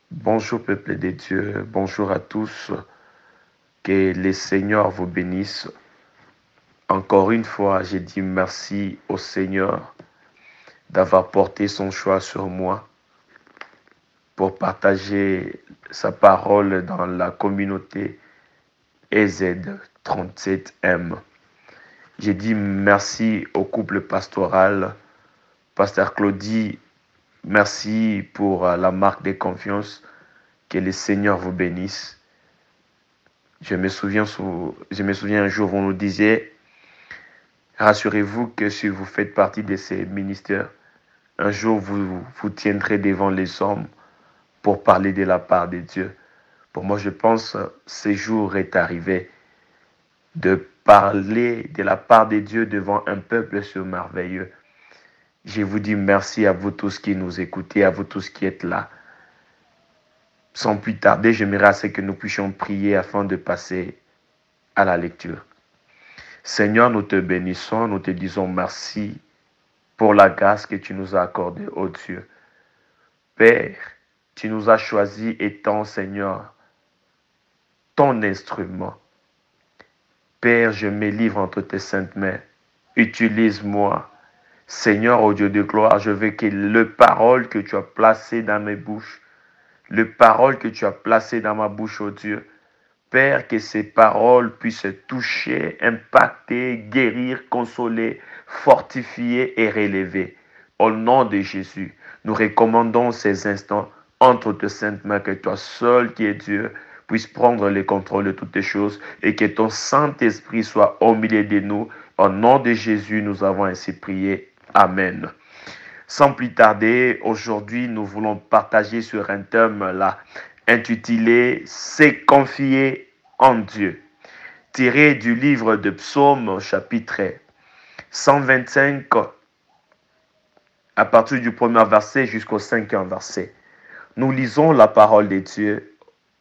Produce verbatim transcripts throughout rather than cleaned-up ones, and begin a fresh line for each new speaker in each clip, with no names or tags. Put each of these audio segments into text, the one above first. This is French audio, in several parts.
Bonjour peuple de Dieu, bonjour à tous, que le Seigneur vous bénisse. Encore une fois, j'ai dit merci au Seigneur d'avoir porté son choix sur moi pour partager sa parole dans la communauté E Z trente-sept M. J'ai dit merci au couple pastoral, Pasteur Claudie, merci pour la marque de confiance, que le Seigneur vous bénisse. Je me souviens, je me souviens un jour, vous nous disiez, rassurez-vous que si vous faites partie de ces ministères, un jour vous vous tiendrez devant les hommes pour parler de la part de Dieu. Pour moi, je pense que ce jour est arrivé de parler de la part de Dieu devant un peuple si merveilleux. Je vous dis merci à vous tous qui nous écoutez, à vous tous qui êtes là. Sans plus tarder, j'aimerais à ce que nous puissions prier afin de passer à la lecture. Seigneur, nous te bénissons, nous te disons merci pour la grâce que tu nous as accordée, ô Dieu. Père, tu nous as choisis étant, Seigneur, ton instrument. Père, je me livre entre tes saintes mains. Utilise-moi. Seigneur, ô Dieu de gloire, je veux que le parole que tu as placé dans mes bouches, le parole que tu as placé dans ma bouche, ô Dieu, Père, que ces paroles puissent toucher, impacter, guérir, consoler, fortifier et relever. Au nom de Jésus, nous recommandons ces instants entre tes saintes mains, que toi seul qui es Dieu puisse prendre le contrôle de toutes les choses et que ton Saint-Esprit soit au milieu de nous. Au nom de Jésus, nous avons ainsi prié. Amen. Sans plus tarder, aujourd'hui, nous voulons partager sur un thème là, intitulé « C'est confier en Dieu », tiré du livre de Psaume, chapitre cent vingt-cinq, à partir du premier verset jusqu'au cinquième verset. Nous lisons la parole de Dieu.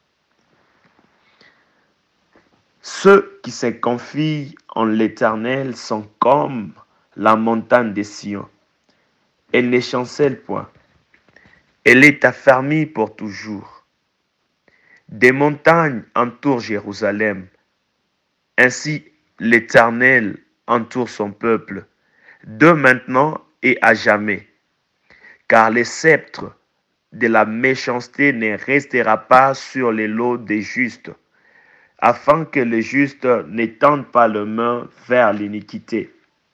Ceux qui se confient en l'Éternel sont comme la montagne de Sion. Elle ne chancelle point. Elle est affermie pour toujours. Des montagnes entourent Jérusalem. Ainsi, l'Éternel entoure son peuple, de maintenant et à jamais. Car le sceptre de la méchanceté ne restera pas sur les lots des justes, afin que les justes n'étendent pas leurs mains vers l'iniquité.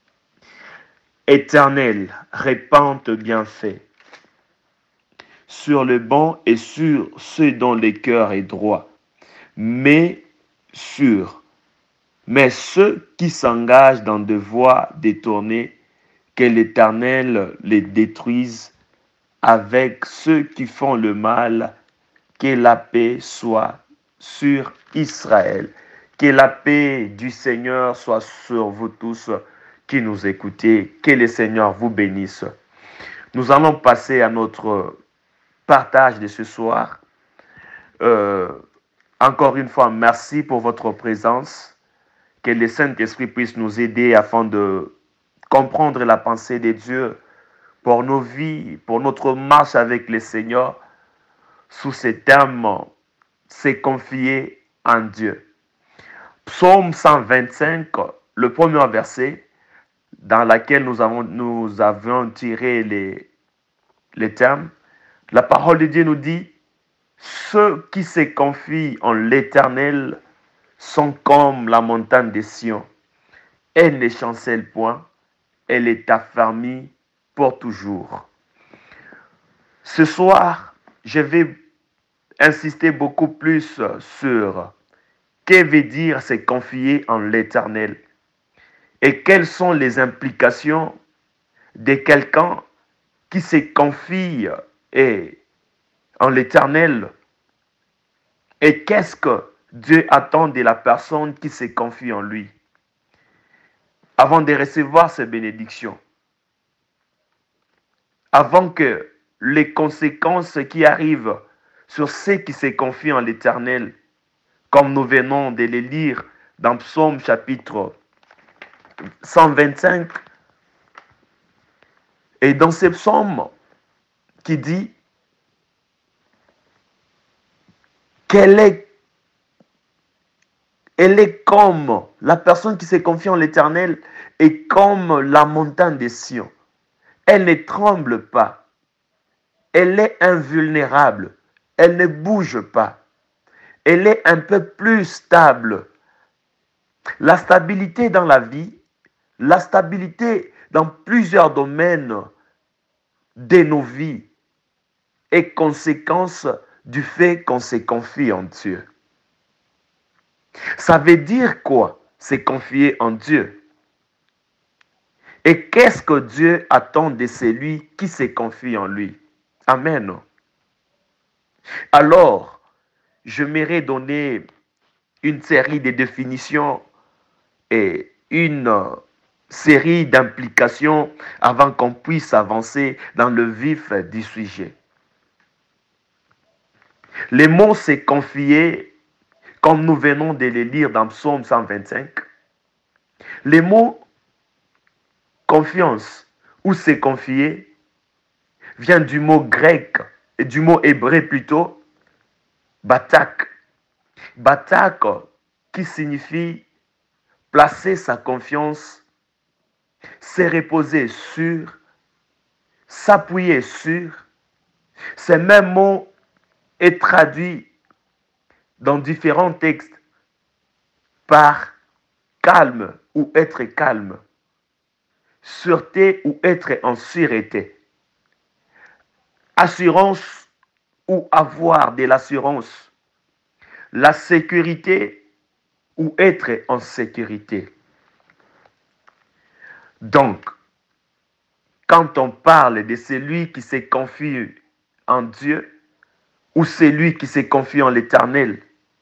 Éternel, répands tes bienfaits sur le bon et sur ceux dont le cœur est droit, mais sur mais ceux qui s'engagent dans des voies détournées, que l'Éternel les détruise. Avec ceux qui font le mal, que la paix soit sur Israël. Que la paix du Seigneur soit sur vous tous qui nous écoutez. Que le Seigneur vous bénisse. Nous allons passer à notre partage de ce soir. Euh, encore une fois, merci pour votre présence. Que le Saint-Esprit puisse nous aider afin de comprendre la pensée de Dieu pour nos vies, pour notre marche avec le Seigneur. Sous ce terme, c'est confier en Dieu. Psaume cent vingt-cinq, le premier verset, dans lequel nous avons, nous avons tiré les, les termes. La parole de Dieu nous dit, ceux qui se confient en l'Éternel sont comme la montagne de Sion. Elle ne chancelle point, elle est affermie pour toujours. Ce soir, je vais insister beaucoup plus sur que veut dire se confier en l'Éternel et quelles sont les implications de quelqu'un qui se confie en l'Éternel et qu'est-ce que Dieu attend de la personne qui se confie en lui. Avant de recevoir ces bénédictions, avant que les conséquences qui arrivent sur ceux qui se confient en l'Éternel, comme nous venons de les lire dans Psaume chapitre cent vingt-cinq, et dans ce psaume qui dit qu'elle est, elle est comme la personne qui se confie en l'Éternel est comme la montagne de Sion. Elle ne tremble pas. Elle est invulnérable. Elle ne bouge pas. Elle est un peu plus stable. La stabilité dans la vie, la stabilité dans plusieurs domaines de nos vies est conséquence du fait qu'on se confie en Dieu. Ça veut dire quoi, se confier en Dieu? Et qu'est-ce que Dieu attend de celui qui se confie en lui? Amen. Alors, je m'aimerais donner une série de définitions et une série d'implications avant qu'on puisse avancer dans le vif du sujet. Les mots se confier, comme nous venons de les lire dans Psaume cent vingt-cinq, les mots confiance ou se confier vient du mot grec et du mot hébreu plutôt, batak. Batak qui signifie placer sa confiance, se reposer sur, s'appuyer sur. Ce même mot est traduit dans différents textes par calme ou être calme, sûreté ou être en sûreté, assurance ou avoir de l'assurance, la sécurité ou être en sécurité. Donc, quand on parle de celui qui se confie en Dieu ou celui qui se confie en l'Éternel,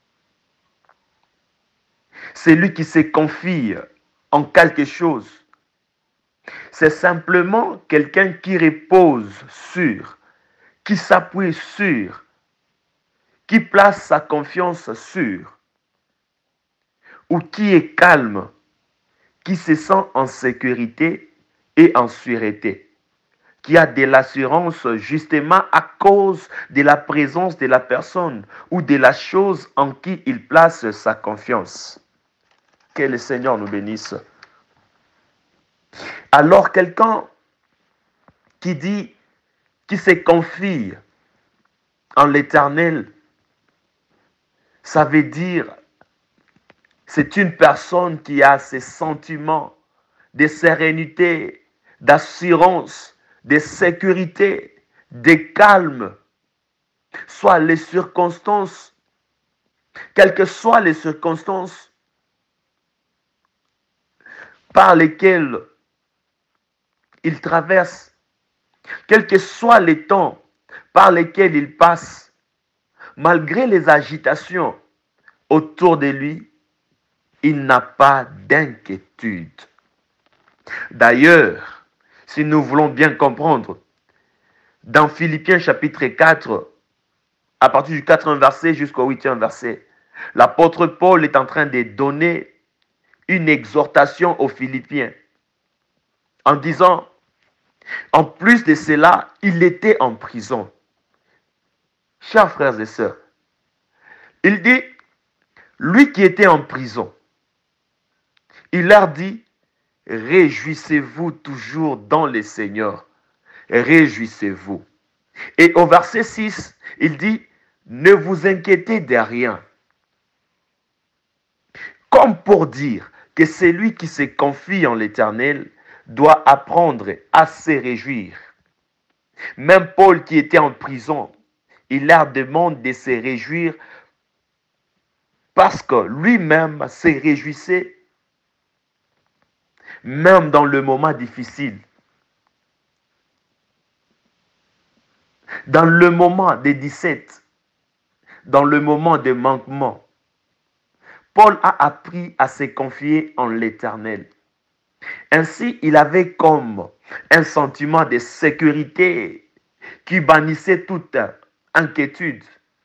celui qui se confie en quelque chose, c'est simplement quelqu'un qui repose sur, qui s'appuie sur, qui place sa confiance sur, ou qui est calme, qui se sent en sécurité et en sûreté, qui a de l'assurance justement à cause de la présence de la personne ou de la chose en qui il place sa confiance. Que le Seigneur nous bénisse. Alors quelqu'un qui dit, qui se confie en l'Éternel, ça veut dire, c'est une personne qui a ces sentiments de sérénité, d'assurance, de sécurité, de calme, soit les circonstances, quelles que soient les circonstances par lesquelles il traverse, quels que soient les temps par lesquels il passe, malgré les agitations autour de lui, il n'a pas d'inquiétude. D'ailleurs, si nous voulons bien comprendre, dans Philippiens chapitre quatre, à partir du quatrième verset jusqu'au huitième verset, l'apôtre Paul est en train de donner une exhortation aux Philippiens en disant, en plus de cela, il était en prison. Chers frères et sœurs, il dit, lui qui était en prison, il leur dit, réjouissez-vous toujours dans le Seigneur. Réjouissez-vous. Et au verset six, il dit, ne vous inquiétez de rien. Comme pour dire que celui qui se confie en l'Éternel doit apprendre à se réjouir. Même Paul qui était en prison, il leur demande de se réjouir parce que lui-même se réjouissait même dans le moment difficile. Dans le moment des dix-sept, dans le moment de manquement, Paul a appris à se confier en l'Éternel. Ainsi, il avait comme un sentiment de sécurité qui bannissait toute inquiétude.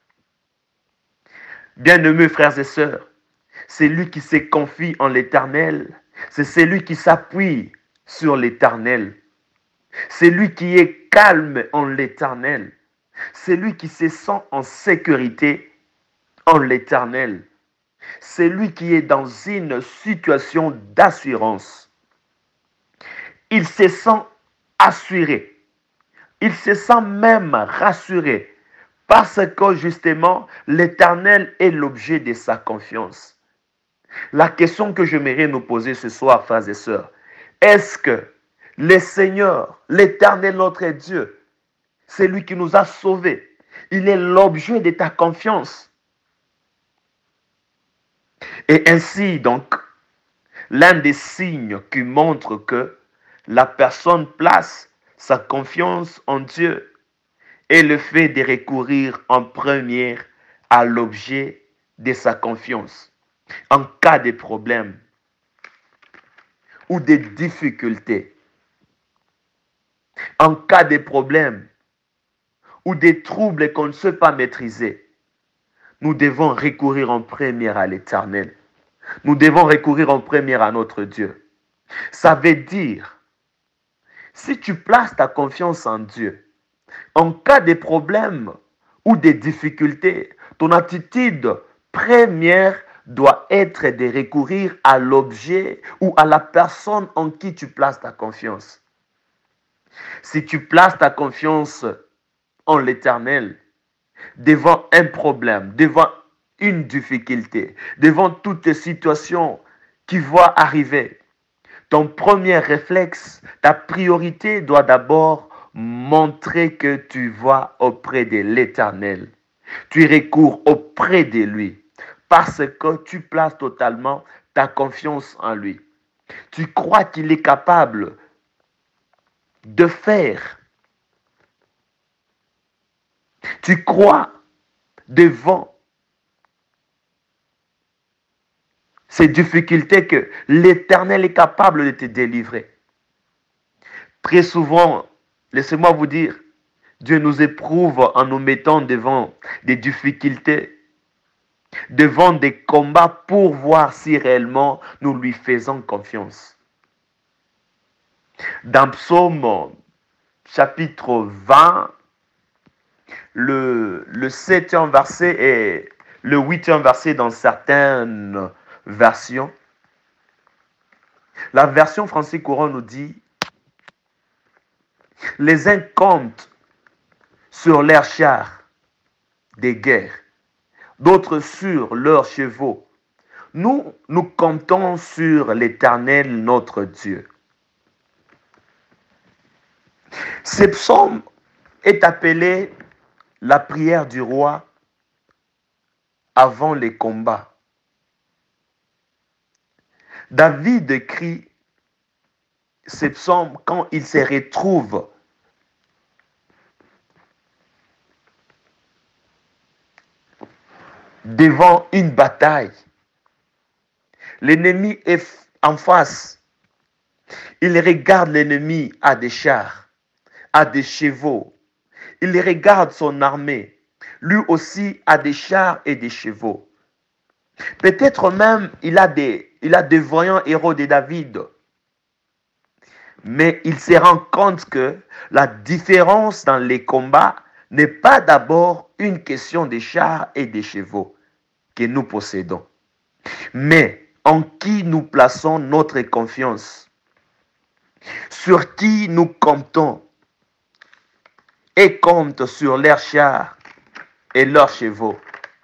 Bien-aimés frères et sœurs, c'est lui qui se confie en l'Éternel, c'est celui qui s'appuie sur l'Éternel. C'est lui qui est calme en l'Éternel. C'est lui qui se sent en sécurité en l'Éternel. C'est lui qui est dans une situation d'assurance. Il se sent assuré. Il se sent même rassuré parce que justement, l'Éternel est l'objet de sa confiance. La question que j'aimerais nous poser ce soir, frères et sœurs, est-ce que le Seigneur, l'Éternel notre Dieu, c'est lui qui nous a sauvés, il est l'objet de ta confiance? Et ainsi donc, l'un des signes qui montre que la personne place sa confiance en Dieu est le fait de recourir en première à l'objet de sa confiance. En cas de problème ou de difficultés, en cas de problème ou des troubles qu'on ne sait pas maîtriser, nous devons recourir en première à l'Éternel. Nous devons recourir en première à notre Dieu. Ça veut dire, si tu places ta confiance en Dieu, en cas de problème ou de difficultés, ton attitude première doit être de recourir à l'objet ou à la personne en qui tu places ta confiance. Si tu places ta confiance en l'Éternel, devant un problème, devant une difficulté, devant toute situation qui va arriver, ton premier réflexe, ta priorité doit d'abord montrer que tu vas auprès de l'Éternel. Tu recours auprès de lui parce que tu places totalement ta confiance en lui. Tu crois qu'il est capable de faire. Tu crois devant ces difficultés que l'Éternel est capable de te délivrer. Très souvent, laissez-moi vous dire, Dieu nous éprouve en nous mettant devant des difficultés, devant des combats pour voir si réellement nous lui faisons confiance. Dans Psaume chapitre vingt, le, le septième verset et le huitième verset dans certaines versions, la version français courant nous dit: les uns comptent sur leurs chars de guerre, d'autres sur leurs chevaux. Nous, nous comptons sur l'Éternel notre Dieu. Ce psaume est appelé la prière du roi avant les combats. David écrit ce psaume quand il se retrouve devant une bataille. L'ennemi est en face. Il regarde l'ennemi à des chars, à des chevaux. Il regarde son armée. Lui aussi a des chars et des chevaux. Peut-être même il a des, il a des voyants héros de David. Mais il se rend compte que la différence dans les combats n'est pas d'abord une question des chars et des chevaux que nous possédons, mais en qui nous plaçons notre confiance, sur qui nous comptons et compte sur leurs chars et leurs chevaux.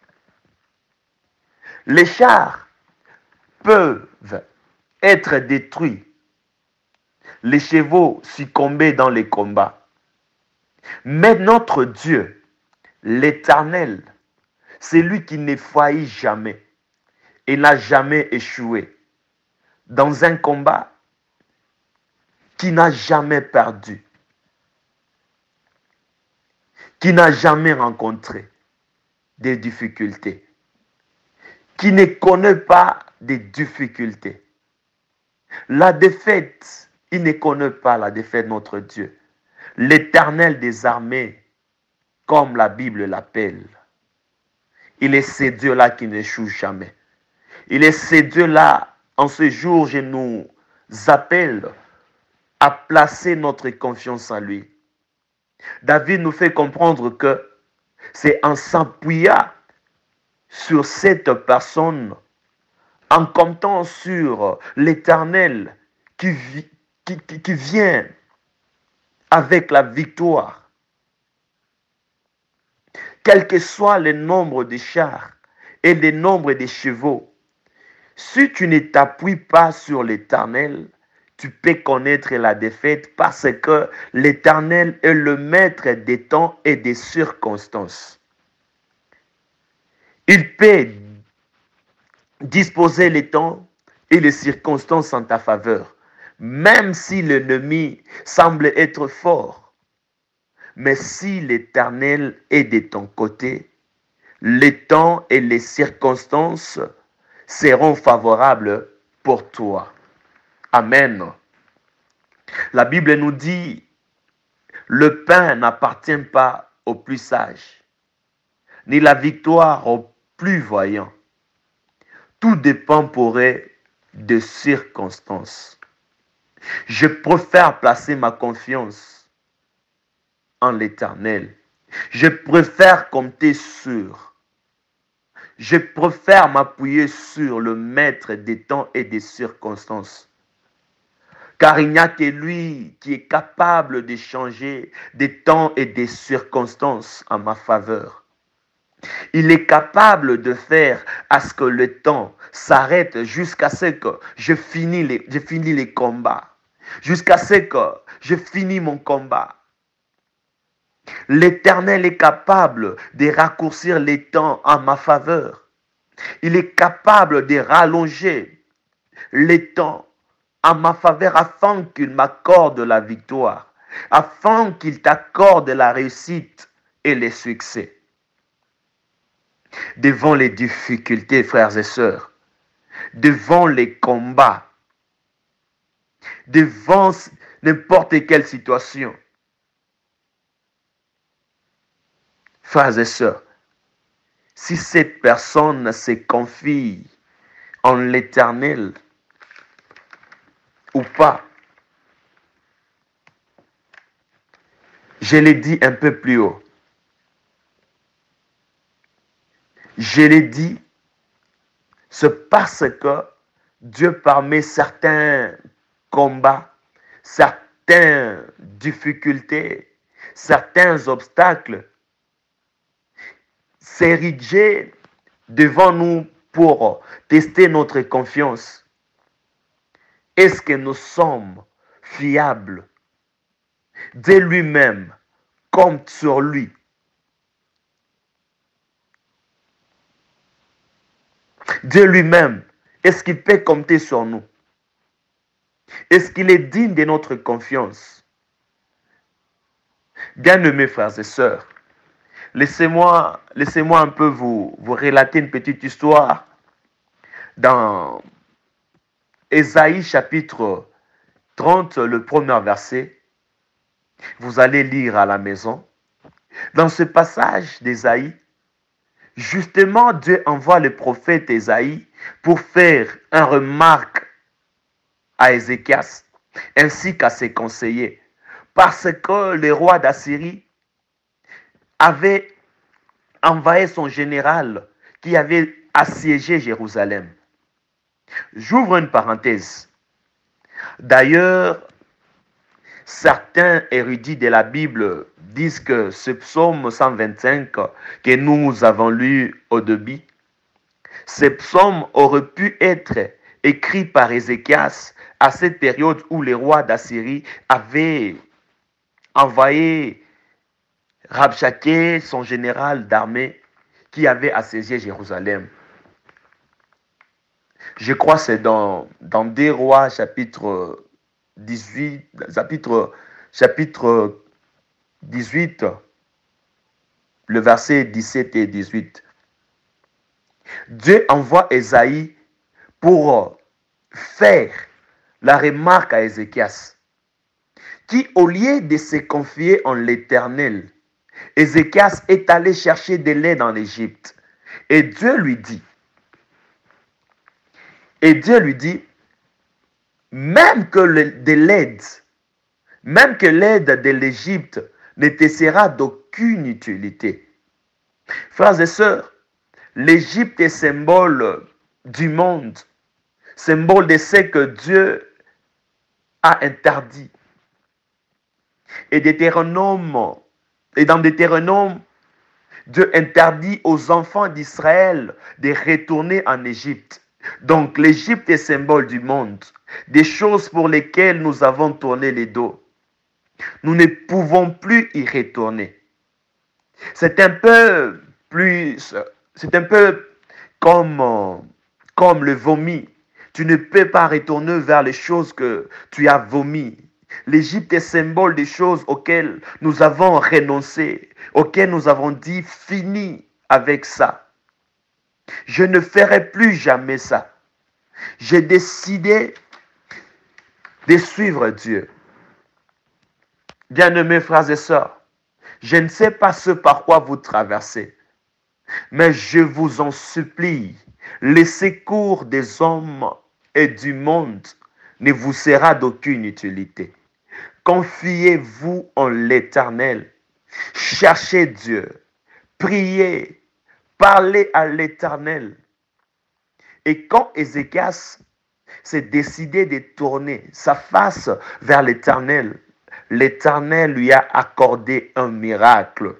Les chars peuvent être détruits, les chevaux succomber dans les combats. Mais notre Dieu, l'Éternel, c'est lui qui ne faillit jamais et n'a jamais échoué dans un combat, qui n'a jamais perdu, qui n'a jamais rencontré des difficultés, qui ne connaît pas des difficultés. La défaite, il ne connaît pas la défaite de notre Dieu. L'Éternel des armées, comme la Bible l'appelle. Il est ce Dieu-là qui n'échoue jamais. Il est ce Dieu-là, en ce jour, je nous appelle à placer notre confiance en lui. David nous fait comprendre que c'est en s'appuyant sur cette personne en comptant sur l'Éternel qui, qui, qui, qui vient avec la victoire. Quel que soit le nombre de chars et le nombre de chevaux, si tu ne t'appuies pas sur l'Éternel, tu peux connaître la défaite parce que l'Éternel est le maître des temps et des circonstances. Il peut disposer les temps et les circonstances en ta faveur, même si l'ennemi semble être fort. Mais si l'Éternel est de ton côté, les temps et les circonstances seront favorables pour toi. Amen. La Bible nous dit, le pain n'appartient pas aux plus sages, ni la victoire aux plus voyants. Tout dépend pour eux des circonstances. Je préfère placer ma confiance en l'Éternel. Je préfère compter sur. Je préfère m'appuyer sur le maître des temps et des circonstances. Car il n'y a que lui qui est capable de changer des temps et des circonstances en ma faveur. Il est capable de faire à ce que le temps s'arrête jusqu'à ce que je finis les, je finis les combats. Jusqu'à ce que je finis mon combat. L'Éternel est capable de raccourcir les temps en ma faveur. Il est capable de rallonger les temps en ma faveur afin qu'il m'accorde la victoire, afin qu'il t'accorde la réussite et le succès. Devant les difficultés, frères et sœurs, devant les combats, devant n'importe quelle situation, frères et sœurs, si cette personne se confie en l'Éternel ou pas, je l'ai dit un peu plus haut, je l'ai dit, c'est parce que Dieu permet certains combats, certaines difficultés, certains obstacles s'ériger devant nous pour tester notre confiance. Est-ce que nous sommes fiables? Dieu lui-même compte sur lui. Dieu lui-même, est-ce qu'il peut compter sur nous? Est-ce qu'il est digne de notre confiance? Bien-aimés frères et sœurs, laissez-moi laissez-moi un peu vous, vous relater une petite histoire dans Ésaïe chapitre trente, le premier verset. Vous allez lire à la maison. Dans ce passage d'Ésaïe, justement, Dieu envoie le prophète Ésaïe pour faire une remarque à Ézéchias ainsi qu'à ses conseillers. Parce que le roi d'Assyrie avait envoyé son général qui avait assiégé Jérusalem. J'ouvre une parenthèse. D'ailleurs, certains érudits de la Bible disent que ce psaume cent vingt-cinq que nous avons lu au début, ce psaume aurait pu être écrit par Ézéchias à cette période où le roi d'Assyrie avait envoyé Rabshakeh, son général d'armée, qui avait assiégé Jérusalem. Je crois que c'est dans, dans deux Rois, chapitre dix-huit, chapitre, chapitre dix-huit, le verset dix-sept et dix-huit. Dieu envoie Ésaïe pour faire la remarque à Ézéchias, qui, au lieu de se confier en l'Éternel, Ézéchias est allé chercher de l'aide en Égypte. Et Dieu lui dit, et Dieu lui dit, même que le, de l'aide, même que l'aide de l'Égypte ne te sera d'aucune utilité. Frères et sœurs, L'Égypte est symbole du monde, symbole de ce que Dieu a interdit. Et, Deutéronome, et dans Deutéronome, Dieu interdit aux enfants d'Israël de retourner en Égypte. Donc l'Égypte est symbole du monde, des choses pour lesquelles nous avons tourné les dos. Nous ne pouvons plus y retourner. C'est un peu plus, c'est un peu comme, comme le vomi. Tu ne peux pas retourner vers les choses que tu as vomies. L'Égypte est symbole des choses auxquelles nous avons renoncé, auxquelles nous avons dit fini avec ça. Je ne ferai plus jamais ça. J'ai décidé de suivre Dieu. Bien-aimés frères et sœurs, je ne sais pas ce par quoi vous traversez, mais je vous en supplie, le secours des hommes et du monde ne vous sera d'aucune utilité. Confiez-vous en l'Éternel. Cherchez Dieu. Priez. Parlez à l'Éternel. Et quand Ézéchias s'est décidé de tourner sa face vers l'Éternel, l'Éternel lui a accordé un miracle.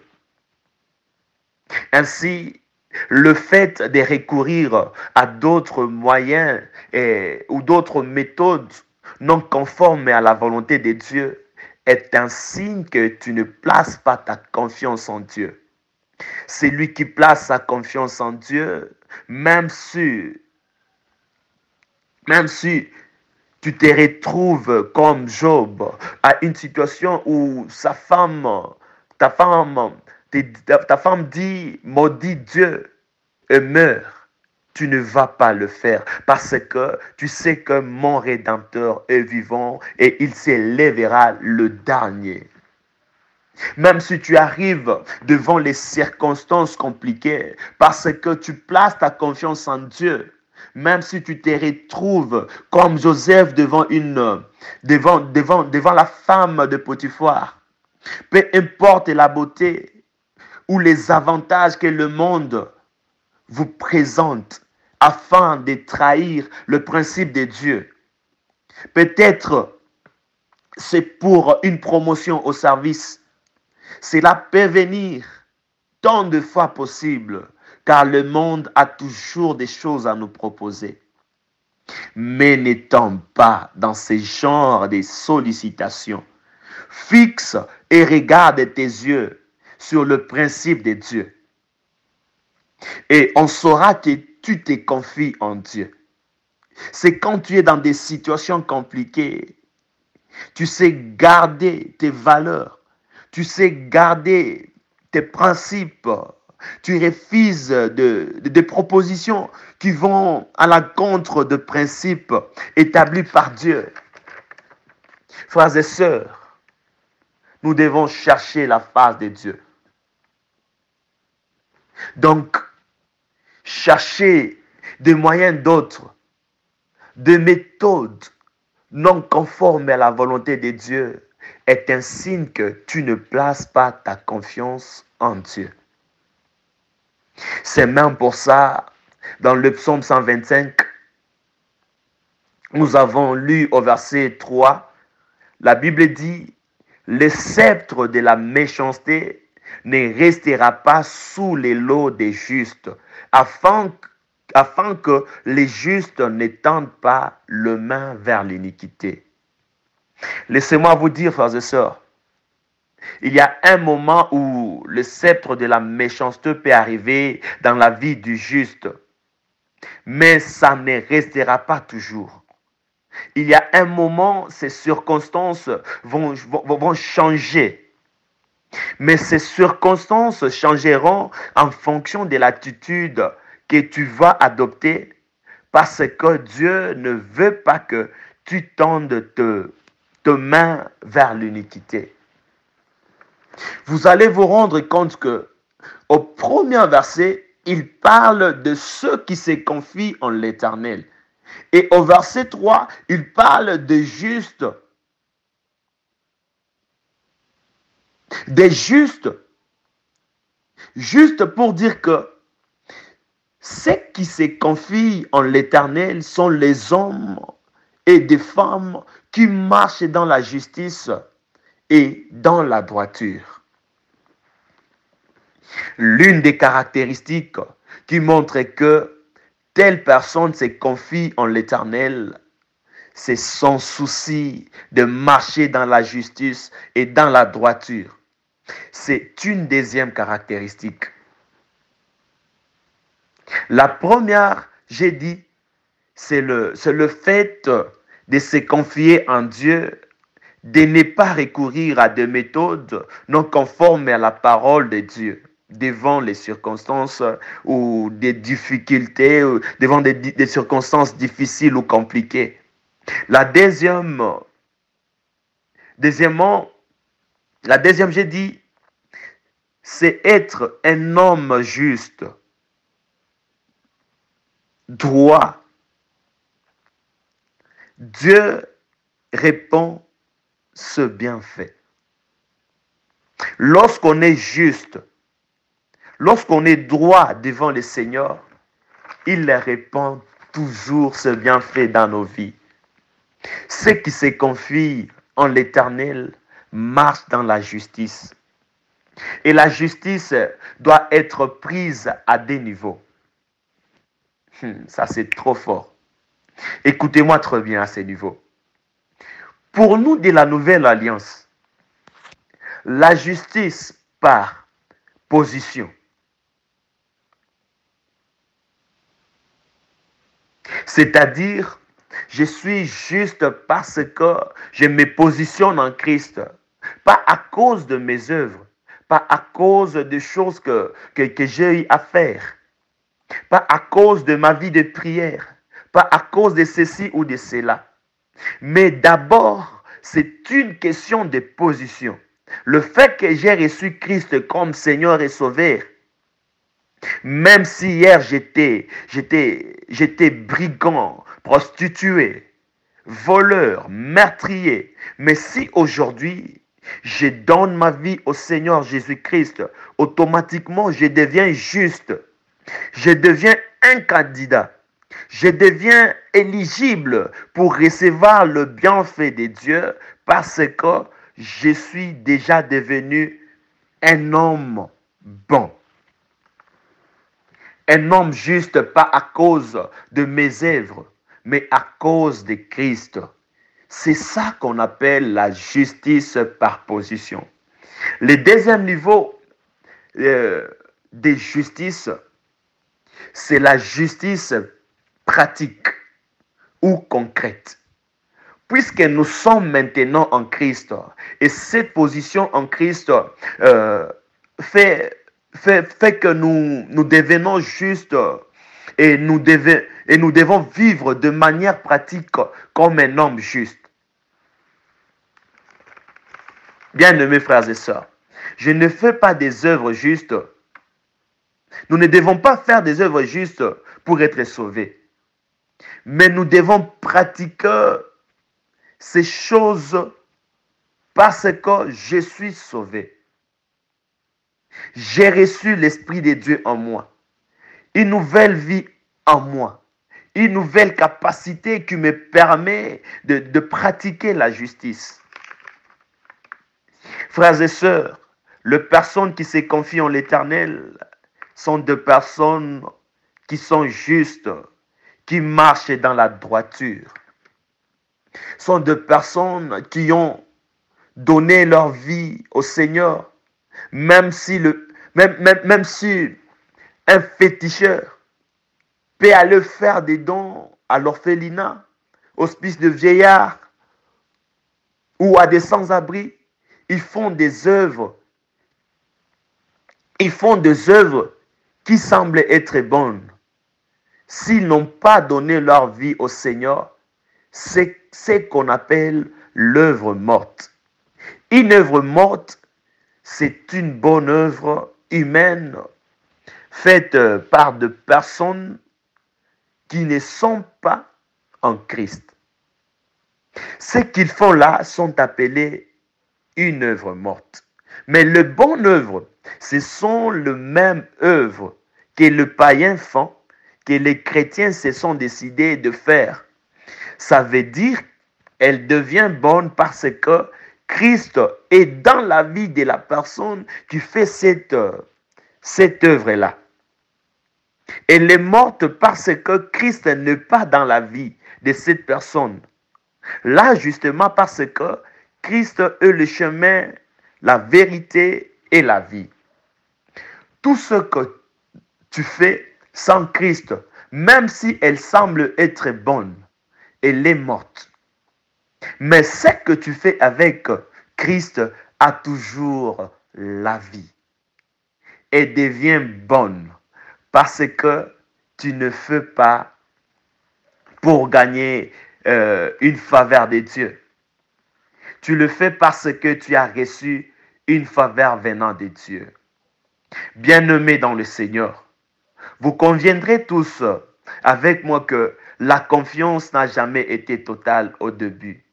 Ainsi, le fait de recourir à d'autres moyens et, ou d'autres méthodes non conformes à la volonté de Dieu est un signe que tu ne places pas ta confiance en Dieu. C'est lui qui place sa confiance en Dieu, même si, même si tu te retrouves comme Job à une situation où sa femme, ta femme, ta femme dit maudit Dieu et meurt. Tu ne vas pas le faire parce que tu sais que mon Rédempteur est vivant et il s'élèvera le dernier. Même si tu arrives devant les circonstances compliquées parce que tu places ta confiance en Dieu, même si tu te retrouves comme Joseph devant, une, devant, devant, devant la femme de Potiphar, peu importe la beauté ou les avantages que le monde vous présente afin de trahir le principe de Dieu. Peut-être c'est pour une promotion au service. Cela peut venir tant de fois possible, car le monde a toujours des choses à nous proposer. Mais n'étant pas dans ce genre de sollicitations, fixe et regarde tes yeux sur le principe de Dieu. Et on saura que tu te confies en Dieu. C'est quand tu es dans des situations compliquées, tu sais garder tes valeurs, tu sais garder tes principes, tu refuses de, de, de propositions qui vont à l'encontre de principes établis par Dieu. Frères et sœurs, nous devons chercher la face de Dieu. Donc, chercher des moyens d'autres, des méthodes non conformes à la volonté de Dieu est un signe que tu ne places pas ta confiance en Dieu. C'est même pour ça, dans le psaume cent vingt-cinq, nous avons lu au verset trois, la Bible dit, « Le sceptre de la méchanceté ne restera pas sous les lots des justes, afin, afin que les justes ne tendent pas le main vers l'iniquité. » Laissez-moi vous dire, frères et sœurs, il y a un moment où le sceptre de la méchanceté peut arriver dans la vie du juste, mais ça ne restera pas toujours. Il y a un moment, ces circonstances vont, vont, vont changer. Mais ces circonstances changeront en fonction de l'attitude que tu vas adopter parce que Dieu ne veut pas que tu tendes te, te main vers l'iniquité. Vous allez vous rendre compte que au premier verset, il parle de ceux qui se confient en l'Éternel. Et au verset trois, il parle des justes. Des justes. Juste pour dire que Ceux qui se confient en l'Éternel sont les hommes et des femmes qui marchent dans la justice et dans la droiture. L'une des caractéristiques qui montre que telle personne se confie en l'Éternel, c'est son souci de marcher dans la justice et dans la droiture. C'est une deuxième caractéristique. La première, j'ai dit, c'est le, c'est le fait de se confier en Dieu, de ne pas recourir à des méthodes non conformes à la parole de Dieu devant les circonstances ou des difficultés, ou devant des, des circonstances difficiles ou compliquées. La deuxième, deuxièmement, la deuxième, j'ai dit, c'est être un homme juste, droit. Dieu répond ce bienfait. Lorsqu'on est juste, lorsqu'on est droit devant le Seigneur, il répond toujours ce bienfait dans nos vies. Ceux qui se confient en l'Éternel marchent dans la justice. Et la justice doit être prise à des niveaux. Hum, ça, c'est trop fort. Écoutez-moi très bien à ces niveaux. Pour nous de la nouvelle alliance, la justice par position. C'est-à-dire, je suis juste parce que je me positionne en Christ, pas à cause de mes œuvres, pas à cause des choses que, que, que j'ai eu à faire, pas à cause de ma vie de prière, pas à cause de ceci ou de cela. Mais d'abord, c'est une question de position. Le fait que j'ai reçu Christ comme Seigneur et Sauveur, même si hier j'étais, j'étais, j'étais brigand, prostitué, voleur, meurtrier, mais si aujourd'hui je donne ma vie au Seigneur Jésus-Christ, automatiquement je deviens juste, je deviens un candidat. Je deviens éligible pour recevoir le bienfait de Dieu parce que je suis déjà devenu un homme bon. Un homme juste, pas à cause de mes œuvres, mais à cause de Christ. C'est ça qu'on appelle la justice par position. Le deuxième niveau euh, de justice, c'est la justice pratique ou concrète. Puisque nous sommes maintenant en Christ, et cette position en Christ euh, fait, fait, fait que nous, nous devenons justes et nous, devons, et nous devons vivre de manière pratique comme un homme juste. Bien-aimés frères et sœurs, je ne fais pas des œuvres justes. Nous ne devons pas faire des œuvres justes pour être sauvés. Mais nous devons pratiquer ces choses parce que je suis sauvé. J'ai reçu l'Esprit de Dieu en moi. Une nouvelle vie en moi. Une nouvelle capacité qui me permet de, de pratiquer la justice. Frères et sœurs, les personnes qui se confient en l'Éternel sont des personnes qui sont justes, qui marchent dans la droiture. Sont des personnes qui ont donné leur vie au Seigneur, même si, le, même, même, même si un féticheur peut aller faire des dons à l'orphelinat, hospice de vieillards ou à des sans-abri, ils font des œuvres, ils font des œuvres qui semblent être bonnes. S'ils n'ont pas donné leur vie au Seigneur, c'est ce qu'on appelle l'œuvre morte. Une œuvre morte, c'est une bonne œuvre humaine faite par des personnes qui ne sont pas en Christ. Ce qu'ils font là sont appelés une œuvre morte. Mais les bonnes œuvres, ce sont les mêmes œuvres que les païens font, que les chrétiens se sont décidés de faire. Ça veut dire qu'elle devient bonne parce que Christ est dans la vie de la personne qui fait cette, cette œuvre-là. Elle est morte parce que Christ n'est pas dans la vie de cette personne. Là, justement, parce que Christ est le chemin, la vérité et la vie. Tout ce que tu fais sans Christ, même si elle semble être bonne, elle est morte. Mais ce que tu fais avec Christ a toujours la vie. Et devient bonne parce que tu ne fais pas pour gagner euh, une faveur de Dieu. Tu le fais parce que tu as reçu une faveur venant de Dieu. Bien-aimés dans le Seigneur, vous conviendrez tous avec moi que la confiance n'a jamais été totale au début.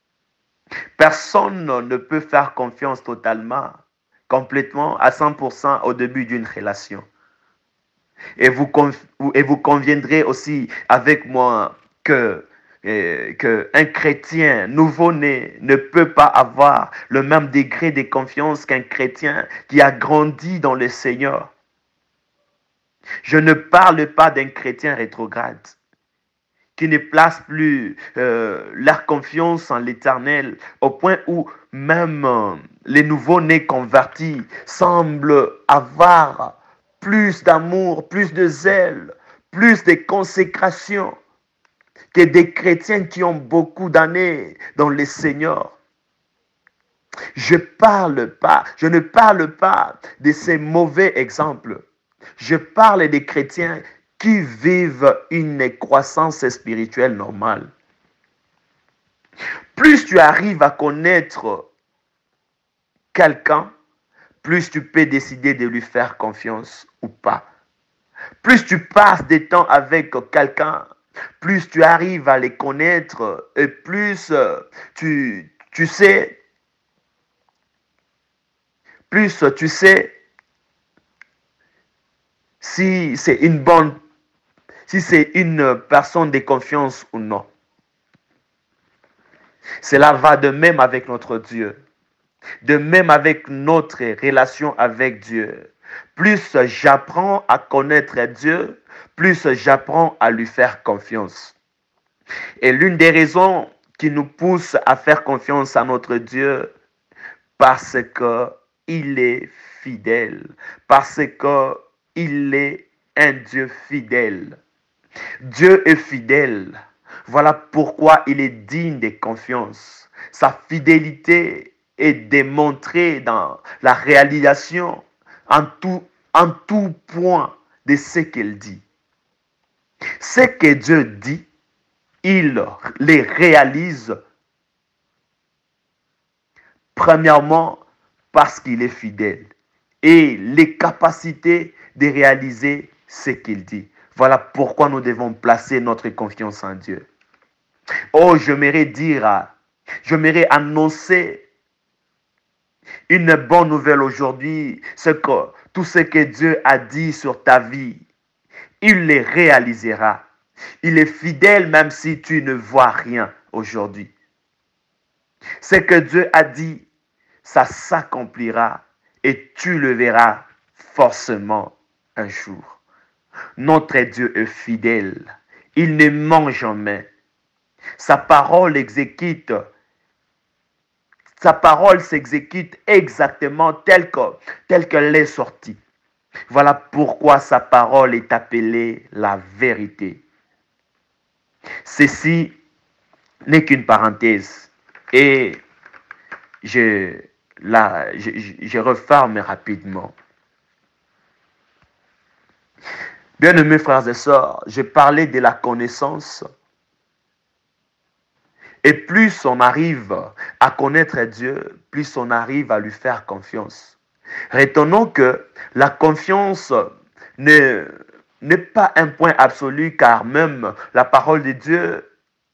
Personne ne peut faire confiance totalement, complètement, à cent pour cent au début d'une relation. Et vous, et vous conviendrez aussi avec moi que, eh, que un chrétien nouveau-né ne peut pas avoir le même degré de confiance qu'un chrétien qui a grandi dans le Seigneur. Je ne parle pas d'un chrétien rétrograde qui ne place plus euh, leur confiance en l'Éternel au point où même euh, les nouveaux-nés convertis semblent avoir plus d'amour, plus de zèle, plus de consécration que des chrétiens qui ont beaucoup d'années dans le Seigneur. Je parle pas, je ne parle pas de ces mauvais exemples. Je parle des chrétiens qui vivent une croissance spirituelle normale. Plus tu arrives à connaître quelqu'un, plus tu peux décider de lui faire confiance ou pas. Plus tu passes des temps avec quelqu'un, plus tu arrives à les connaître et plus tu, tu sais, plus tu sais si c'est une bonne, si c'est une personne de confiance ou non. Cela va de même avec notre Dieu, de même avec notre relation avec Dieu. Plus j'apprends à connaître Dieu, plus j'apprends à lui faire confiance. Et l'une des raisons qui nous pousse à faire confiance à notre Dieu, parce qu'il est fidèle, parce qu'il est un Dieu fidèle. Dieu est fidèle. Voilà pourquoi il est digne de confiance. Sa fidélité est démontrée dans la réalisation en tout, en tout point de ce qu'il dit. Ce que Dieu dit, il les réalise premièrement parce qu'il est fidèle et les capacités de réaliser ce qu'il dit. Voilà pourquoi nous devons placer notre confiance en Dieu. Oh, j'aimerais dire, j'aimerais annoncer une bonne nouvelle aujourd'hui, c'est que tout ce que Dieu a dit sur ta vie, il les réalisera. Il est fidèle même si tu ne vois rien aujourd'hui. Ce que Dieu a dit, ça s'accomplira et tu le verras forcément un jour. Notre Dieu est fidèle. Il ne ment jamais. Sa parole exécute. Sa parole s'exécute exactement telle que, telle qu'elle est sortie. Voilà pourquoi sa parole est appelée la vérité. Ceci n'est qu'une parenthèse. Et je, là, je, je referme rapidement. Bien-aimés frères et sœurs, je parlais de la connaissance. Et plus on arrive à connaître Dieu, plus on arrive à lui faire confiance. Retenons que la confiance ne, n'est pas un point absolu, car même la parole de Dieu,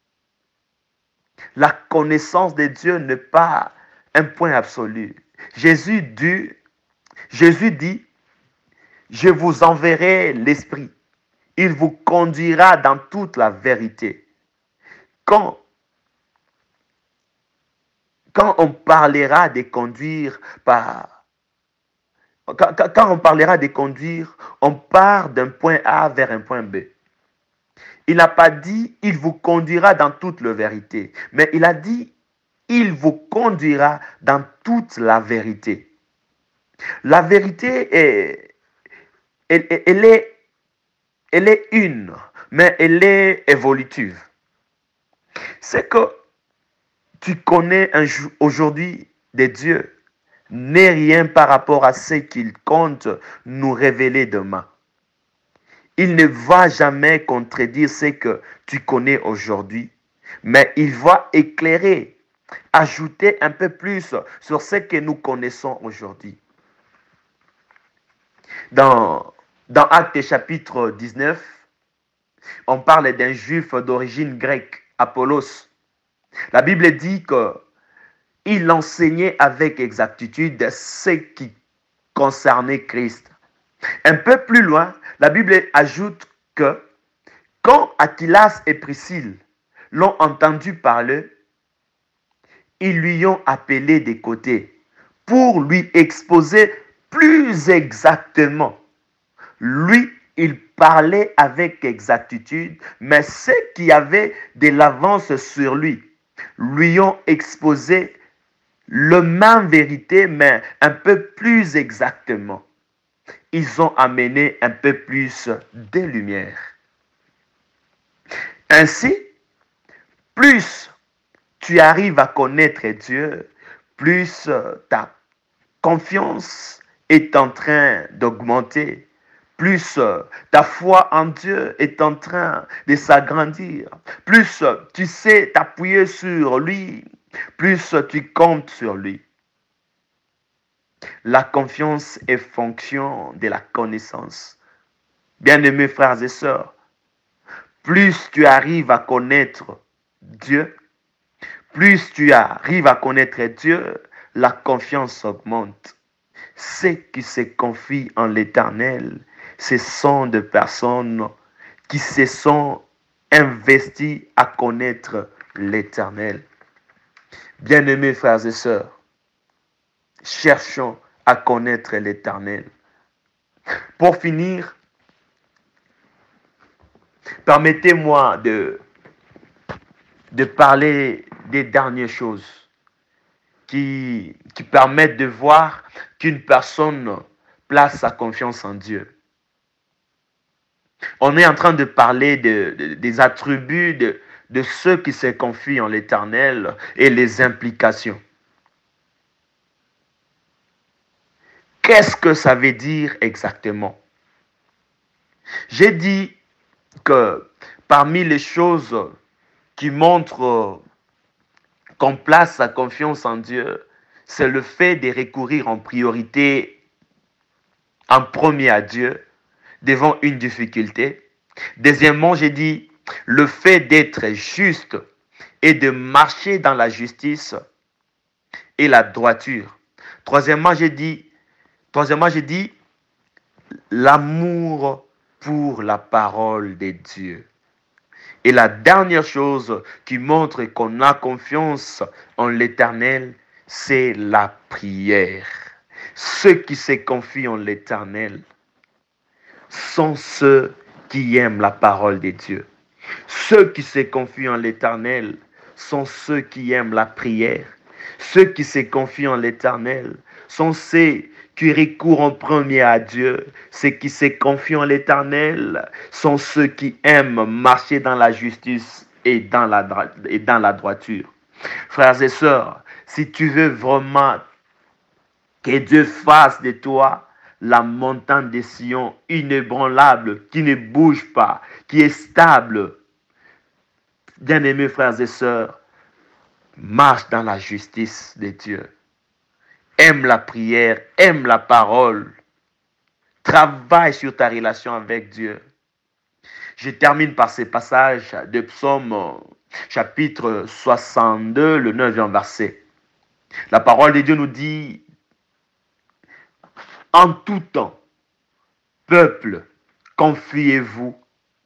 la connaissance de Dieu n'est pas un point absolu. Jésus dit, Jésus dit, je vous enverrai l'Esprit. il vous conduira dans toute la vérité. Quand, quand on parlera de conduire par... Quand, quand, quand on parlera de conduire, on part d'un point A vers un point B. Il n'a pas dit « il vous conduira dans toute la vérité », mais il a dit « il vous conduira dans toute la vérité ». La vérité, est, elle, elle, est, elle est une, mais elle est évolutive. C'est que tu connais aujourd'hui des dieux n'est rien par rapport à ce qu'il compte nous révéler demain. Il ne va jamais contredire ce que tu connais aujourd'hui, mais il va éclairer, ajouter un peu plus sur ce que nous connaissons aujourd'hui. Dans, dans Actes chapitre dix-neuf, on parle d'un juif d'origine grecque, Apollos. La Bible dit qu'il enseignait avec exactitude ce qui concernait Christ. Un peu plus loin, la Bible ajoute que quand Aquilas et Priscille l'ont entendu parler, ils lui ont appelé des côtés pour lui exposer plus exactement. Lui, il parlait avec exactitude, mais ceux qui avaient de l'avance sur lui lui ont exposé la même vérité, mais un peu plus exactement. Ils ont amené un peu plus de lumière. Ainsi, plus tu arrives à connaître Dieu, plus ta confiance est en train d'augmenter, plus ta foi en Dieu est en train de s'agrandir, plus tu sais t'appuyer sur lui, plus tu comptes sur lui. La confiance est fonction de la connaissance. Bien-aimés frères et sœurs, plus tu arrives à connaître Dieu, plus tu arrives à connaître Dieu, la confiance augmente. Ceux qui se confient en l'Éternel, ce sont des personnes qui se sont investies à connaître l'Éternel. Bien-aimés frères et sœurs, cherchons à connaître l'Éternel. Pour finir, permettez-moi de, de parler des dernières choses qui, qui permettent de voir qu'une personne place sa confiance en Dieu. On est en train de parler de, de, des attributs de, de ceux qui se confient en l'Éternel et les implications. Qu'est-ce que ça veut dire exactement? J'ai dit que parmi les choses qui montrent qu'on place sa confiance en Dieu, c'est le fait de recourir en priorité, en premier à Dieu, devant une difficulté. Deuxièmement, j'ai dit le fait d'être juste et de marcher dans la justice et la droiture. Troisièmement, j'ai dit, troisièmement, j'ai dit l'amour pour la parole de Dieu. Et la dernière chose qui montre qu'on a confiance en l'Éternel, c'est la prière. Ceux qui se confient en l'Éternel sont ceux qui aiment la parole de Dieu. Ceux qui se confient en l'Éternel sont ceux qui aiment la prière. Ceux qui se confient en l'Éternel sont ceux qui recourent en premier à Dieu. Ceux qui se confient en l'Éternel sont ceux qui aiment marcher dans la justice et dans la, et dans la droiture. Frères et sœurs, si tu veux vraiment que Dieu fasse de toi la montagne de Sion inébranlable, qui ne bouge pas, qui est stable, bien-aimés frères et sœurs, marche dans la justice de Dieu. Aime la prière, aime la parole. Travaille sur ta relation avec Dieu. Je termine par ce passage de Psaume chapitre soixante-deux, le neuvième verset. La parole de Dieu nous dit: en tout temps, peuple, confiez-vous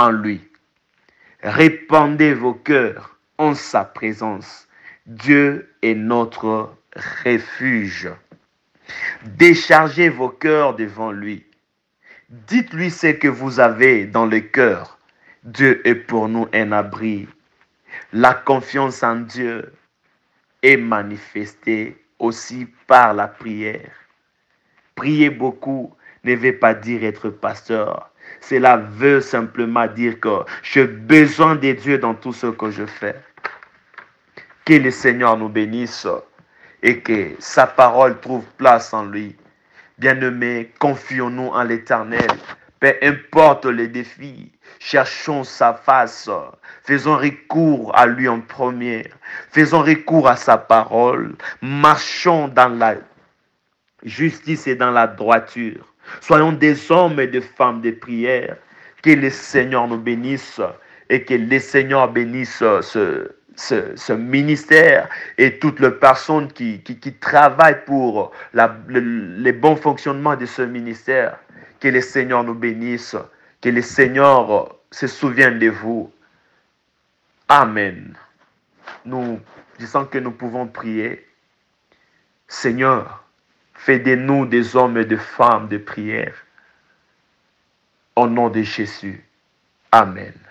en lui. Répandez vos cœurs en sa présence. Dieu est notre refuge. Déchargez vos cœurs devant lui. Dites-lui ce que vous avez dans le cœur. Dieu est pour nous un abri. La confiance en Dieu est manifestée aussi par la prière. Prier beaucoup ne veut pas dire être pasteur. Cela veut simplement dire que j'ai besoin de Dieu dans tout ce que je fais. Que le Seigneur nous bénisse et que sa parole trouve place en lui. Bien-aimés, confions-nous en l'Éternel. Peu importe les défis, cherchons sa face. Faisons recours à lui en premier. Faisons recours à sa parole. Marchons dans la justice et dans la droiture. Soyons des hommes et des femmes de prière. Que le Seigneur nous bénisse et que le Seigneur bénisse ce, ce, ce ministère et toutes les personnes qui, qui, qui travaillent pour la, le, le bon fonctionnement de ce ministère. Que le Seigneur nous bénisse. Que le Seigneur se souvienne de vous. Amen. Nous disons que nous pouvons prier. Seigneur, fais de nous des hommes et des femmes de prière. Au nom de Jésus. Amen.